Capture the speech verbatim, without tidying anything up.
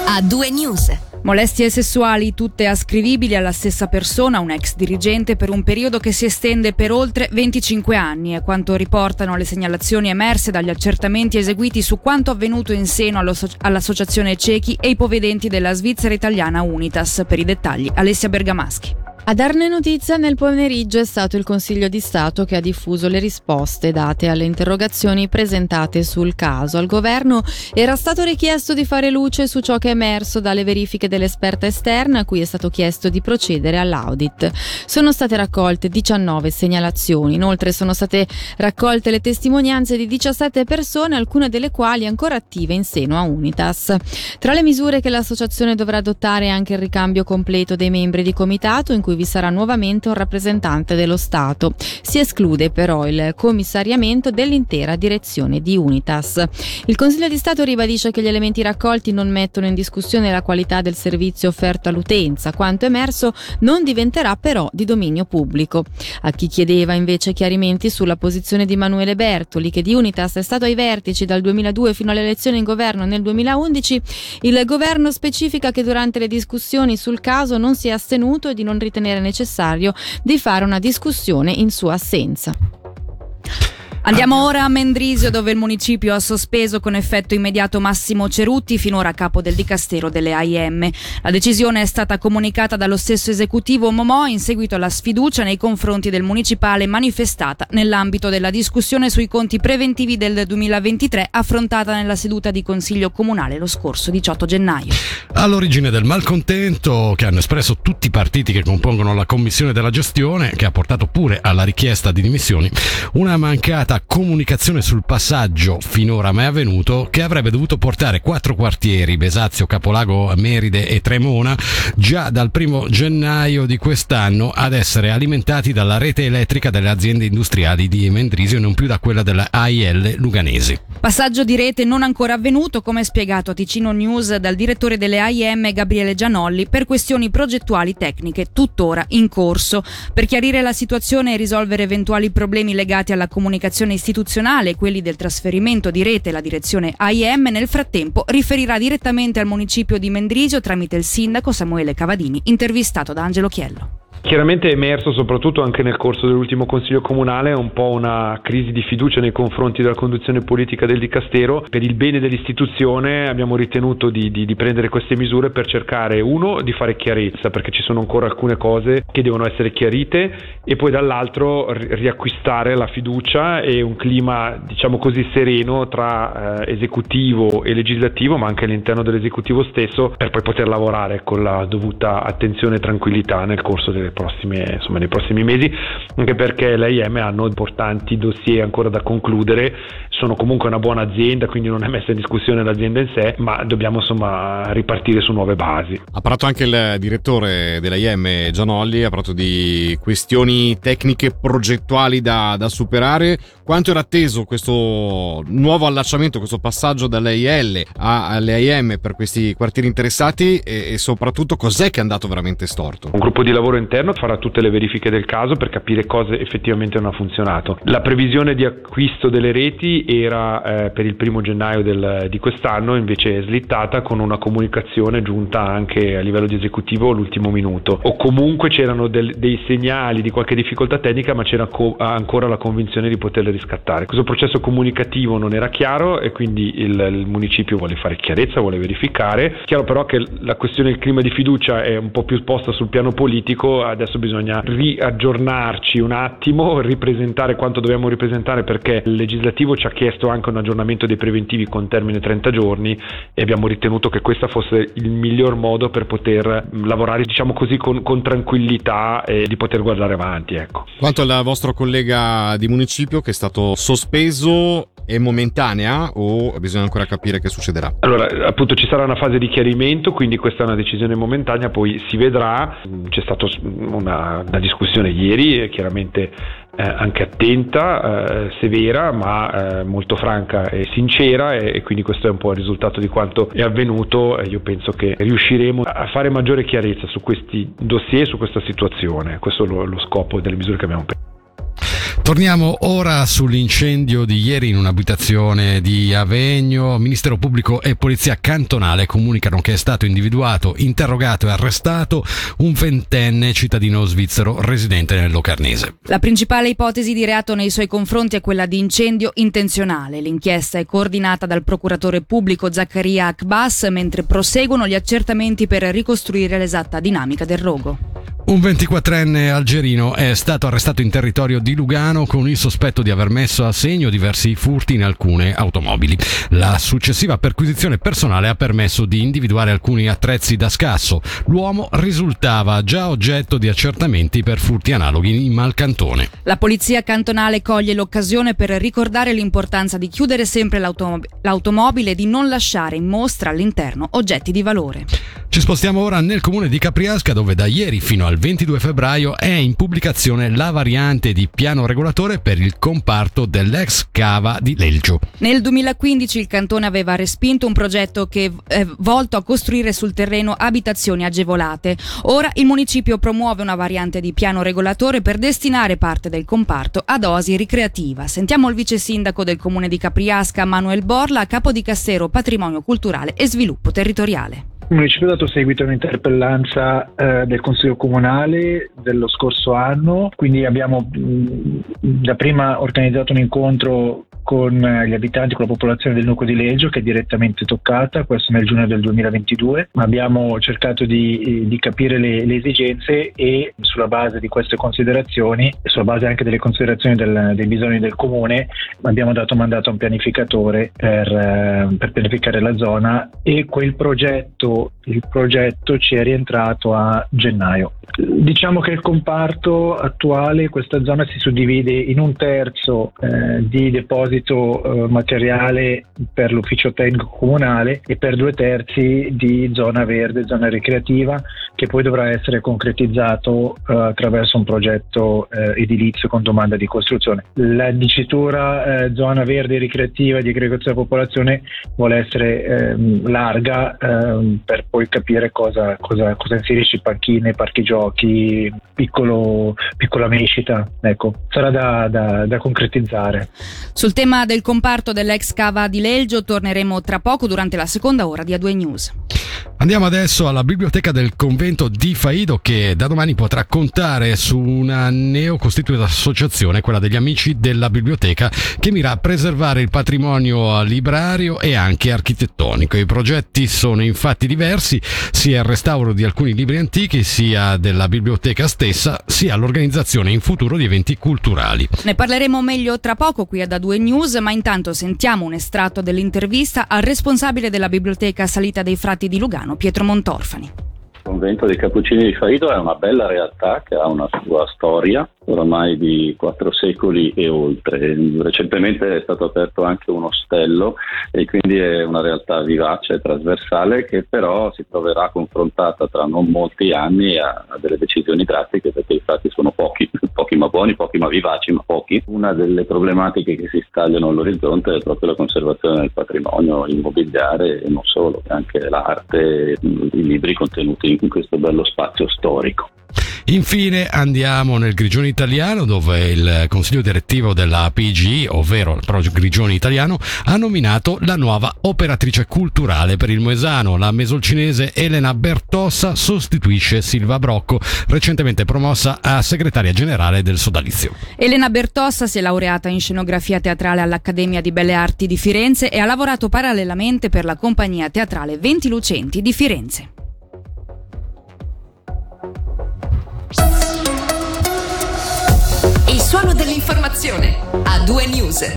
A due News. Molestie sessuali tutte ascrivibili alla stessa persona, un ex dirigente, per un periodo che si estende per oltre venticinque anni, è quanto riportano le segnalazioni emerse dagli accertamenti eseguiti su quanto avvenuto in seno all'associazione ciechi e ipovedenti della Svizzera italiana Unitas. Per i dettagli, Alessia Bergamaschi. A darne notizia nel pomeriggio è stato il Consiglio di Stato che ha diffuso le risposte date alle interrogazioni presentate sul caso. Al governo era stato richiesto di fare luce su ciò che è emerso dalle verifiche dell'esperta esterna, a cui è stato chiesto di procedere all'audit. Sono state raccolte diciannove segnalazioni, inoltre sono state raccolte le testimonianze di diciassette persone, alcune delle quali ancora attive in seno a Unitas. Tra le misure che l'associazione dovrà adottare è anche il ricambio completo dei membri di comitato, in cui vi sarà nuovamente un rappresentante dello Stato. Si esclude però il commissariamento dell'intera direzione di Unitas. Il Consiglio di Stato ribadisce che gli elementi raccolti non mettono in discussione la qualità del servizio offerto all'utenza. Quanto emerso non diventerà però di dominio pubblico. A chi chiedeva invece chiarimenti sulla posizione di Emanuele Bertoli, che di Unitas è stato ai vertici dal duemiladue fino alle elezioni in governo nel duemilaundici, il governo specifica che durante le discussioni sul caso non si è astenuto e di non ritenere necessario di fare una discussione in sua assenza. Andiamo ora a Mendrisio, dove il municipio ha sospeso con effetto immediato Massimo Cerutti, finora capo del Dicastero delle A I M. La decisione è stata comunicata dallo stesso esecutivo Momò in seguito alla sfiducia nei confronti del municipale manifestata nell'ambito della discussione sui conti preventivi del duemilaventitré affrontata nella seduta di Consiglio Comunale lo scorso diciotto gennaio. All'origine del malcontento che hanno espresso tutti i partiti che compongono la commissione della gestione, che ha portato pure alla richiesta di dimissioni, una mancata comunicazione sul passaggio finora mai avvenuto, che avrebbe dovuto portare quattro quartieri, Besazio, Capolago, Meride e Tremona, già dal primo gennaio di quest'anno ad essere alimentati dalla rete elettrica delle aziende industriali di Mendrisio e non più da quella della A I L Luganesi. Passaggio di rete non ancora avvenuto, come spiegato a Ticino News dal direttore delle A I M Gabriele Gianolli, per questioni progettuali tecniche tuttora in corso. Per chiarire la situazione e risolvere eventuali problemi legati alla comunicazione istituzionale e quelli del trasferimento di rete, la direzione A I M nel frattempo riferirà direttamente al municipio di Mendrisio tramite il sindaco Samuele Cavadini, intervistato da Angelo Chiello. Chiaramente è emerso, soprattutto anche nel corso dell'ultimo Consiglio Comunale, un po' una crisi di fiducia nei confronti della conduzione politica del Dicastero. Per il bene dell'istituzione abbiamo ritenuto di, di, di prendere queste misure per cercare, uno, di fare chiarezza, perché ci sono ancora alcune cose che devono essere chiarite, e poi dall'altro riacquistare la fiducia e un clima, diciamo così, sereno tra eh, esecutivo e legislativo, ma anche all'interno dell'esecutivo stesso, per poi poter lavorare con la dovuta attenzione e tranquillità nel corso delle prossime, insomma, nei prossimi mesi, anche perché le A I M hanno importanti dossier ancora da concludere. Sono comunque una buona azienda, quindi non è messa in discussione l'azienda in sé, ma dobbiamo insomma ripartire su nuove basi. Ha parlato anche il direttore dell'A I M Gianolli, ha parlato di questioni tecniche progettuali da, da superare. Quanto era atteso questo nuovo allacciamento, questo passaggio dalle A I L alle A I M per questi quartieri interessati, e, e soprattutto cos'è che è andato veramente storto? Un gruppo di lavoro interno farà tutte le verifiche del caso per capire cosa effettivamente non ha funzionato. La previsione di acquisto delle reti era eh, per il primo gennaio del, di quest'anno, invece è slittata con una comunicazione giunta anche a livello di esecutivo all'ultimo minuto, o comunque c'erano del, dei segnali di qualche difficoltà tecnica, ma c'era co- ancora la convinzione di poterle riscattare. Questo processo comunicativo non era chiaro e quindi il, il municipio vuole fare chiarezza, vuole verificare. Chiaro però che la questione del clima di fiducia è un po' più posta sul piano politico, adesso bisogna riaggiornarci un attimo, ripresentare quanto dobbiamo ripresentare, perché il legislativo ci ha chiesto anche un aggiornamento dei preventivi con termine trenta giorni e abbiamo ritenuto che questo fosse il miglior modo per poter lavorare, diciamo così, con, con tranquillità e di poter guardare avanti, ecco. Quanto al vostro collega di municipio che è stato sospeso, è momentanea o bisogna ancora capire che succederà? Allora, appunto, ci sarà una fase di chiarimento, quindi questa è una decisione momentanea, poi si vedrà. C'è stata una, una discussione ieri, chiaramente eh, anche attenta, eh, severa, ma eh, molto franca e sincera, e, e quindi questo è un po' il risultato di quanto è avvenuto. E io penso che riusciremo a fare maggiore chiarezza su questi dossier, su questa situazione. Questo è lo, lo scopo delle misure che abbiamo preso. Torniamo ora sull'incendio di ieri in un'abitazione di Avegno. Ministero Pubblico e Polizia Cantonale comunicano che è stato individuato, interrogato e arrestato un ventenne cittadino svizzero residente nel Locarnese. La principale ipotesi di reato nei suoi confronti è quella di incendio intenzionale. L'inchiesta è coordinata dal procuratore pubblico Zaccaria Akbas, mentre proseguono gli accertamenti per ricostruire l'esatta dinamica del rogo. Un ventiquattrenne algerino è stato arrestato in territorio di Lugano con il sospetto di aver messo a segno diversi furti in alcune automobili. La successiva perquisizione personale ha permesso di individuare alcuni attrezzi da scasso. L'uomo risultava già oggetto di accertamenti per furti analoghi in Malcantone. La polizia cantonale coglie l'occasione per ricordare l'importanza di chiudere sempre l'autom- l'automobile e di non lasciare in mostra all'interno oggetti di valore. Ci spostiamo ora nel comune di Capriasca, dove da ieri fino al ventidue febbraio è in pubblicazione la variante di piano regolatore per il comparto dell'ex cava di Lelgio. Nel duemilaquindici il cantone aveva respinto un progetto che è volto a costruire sul terreno abitazioni agevolate. Ora il municipio promuove una variante di piano regolatore per destinare parte del comparto ad oasi ricreativa. Sentiamo il vice sindaco del comune di Capriasca, Manuel Borla, capo di Castero Patrimonio Culturale e Sviluppo Territoriale. Il municipio ha dato seguito a un'interpellanza eh, del Consiglio Comunale dello scorso anno, quindi abbiamo mh, da prima organizzato un incontro con gli abitanti, con la popolazione del nucleo di Lelgio, che è direttamente toccata, questo nel giugno del duemilaventidue. Abbiamo cercato di, di capire le, le esigenze e sulla base di queste considerazioni, e sulla base anche delle considerazioni del, dei bisogni del comune, abbiamo dato mandato a un pianificatore per, per pianificare la zona, e quel progetto, il progetto ci è rientrato a gennaio. Diciamo che il comparto attuale, questa zona si suddivide in un terzo eh, di deposito eh, materiale per l'ufficio tecnico comunale e per due terzi di zona verde, zona ricreativa, che poi dovrà essere concretizzato eh, attraverso un progetto eh, edilizio con domanda di costruzione. La dicitura eh, zona verde ricreativa di aggregazione della popolazione vuole essere eh, larga eh, per poi capire cosa, cosa, cosa inserisci, panchine, parchi giochi, piccolo, piccola mescita, ecco, sarà da, da, da concretizzare. Sul tema del comparto dell'ex cava di Lelgio torneremo tra poco durante la seconda ora di A due News. Andiamo adesso alla biblioteca del convento di Faido, che da domani potrà contare su una neocostituita associazione, quella degli Amici della Biblioteca, che mira a preservare il patrimonio librario e anche architettonico. I progetti sono infatti diversi, sia il restauro di alcuni libri antichi, sia della biblioteca stessa, sia l'organizzazione in futuro di eventi culturali. Ne parleremo meglio tra poco qui ad A due News, ma intanto sentiamo un estratto dell'intervista al responsabile della biblioteca Salita dei Frati di Lugano, Pietro Montorfani. Il convento dei Cappuccini di Faido è una bella realtà che ha una sua storia, oramai di quattro secoli e oltre. Recentemente è stato aperto anche un ostello e quindi è una realtà vivace e trasversale, che però si troverà confrontata tra non molti anni a, a delle decisioni drastiche, perché i fatti sono pochi, pochi ma buoni, pochi ma vivaci, ma pochi. Una delle problematiche che si stagliano all'orizzonte è proprio la conservazione del patrimonio immobiliare, e non solo, anche l'arte, i libri contenuti in questo bello spazio storico. Infine andiamo nel Grigioni italiano, dove il consiglio direttivo della P G I, ovvero il Pro Grigioni italiano, ha nominato la nuova operatrice culturale per il Moesano. La mesolcinese Elena Bertossa sostituisce Silva Brocco, recentemente promossa a segretaria generale del sodalizio. Elena Bertossa si è laureata in scenografia teatrale all'Accademia di Belle Arti di Firenze e ha lavorato parallelamente per la compagnia teatrale Venti Lucenti di Firenze. Il suono dell'informazione. A due News.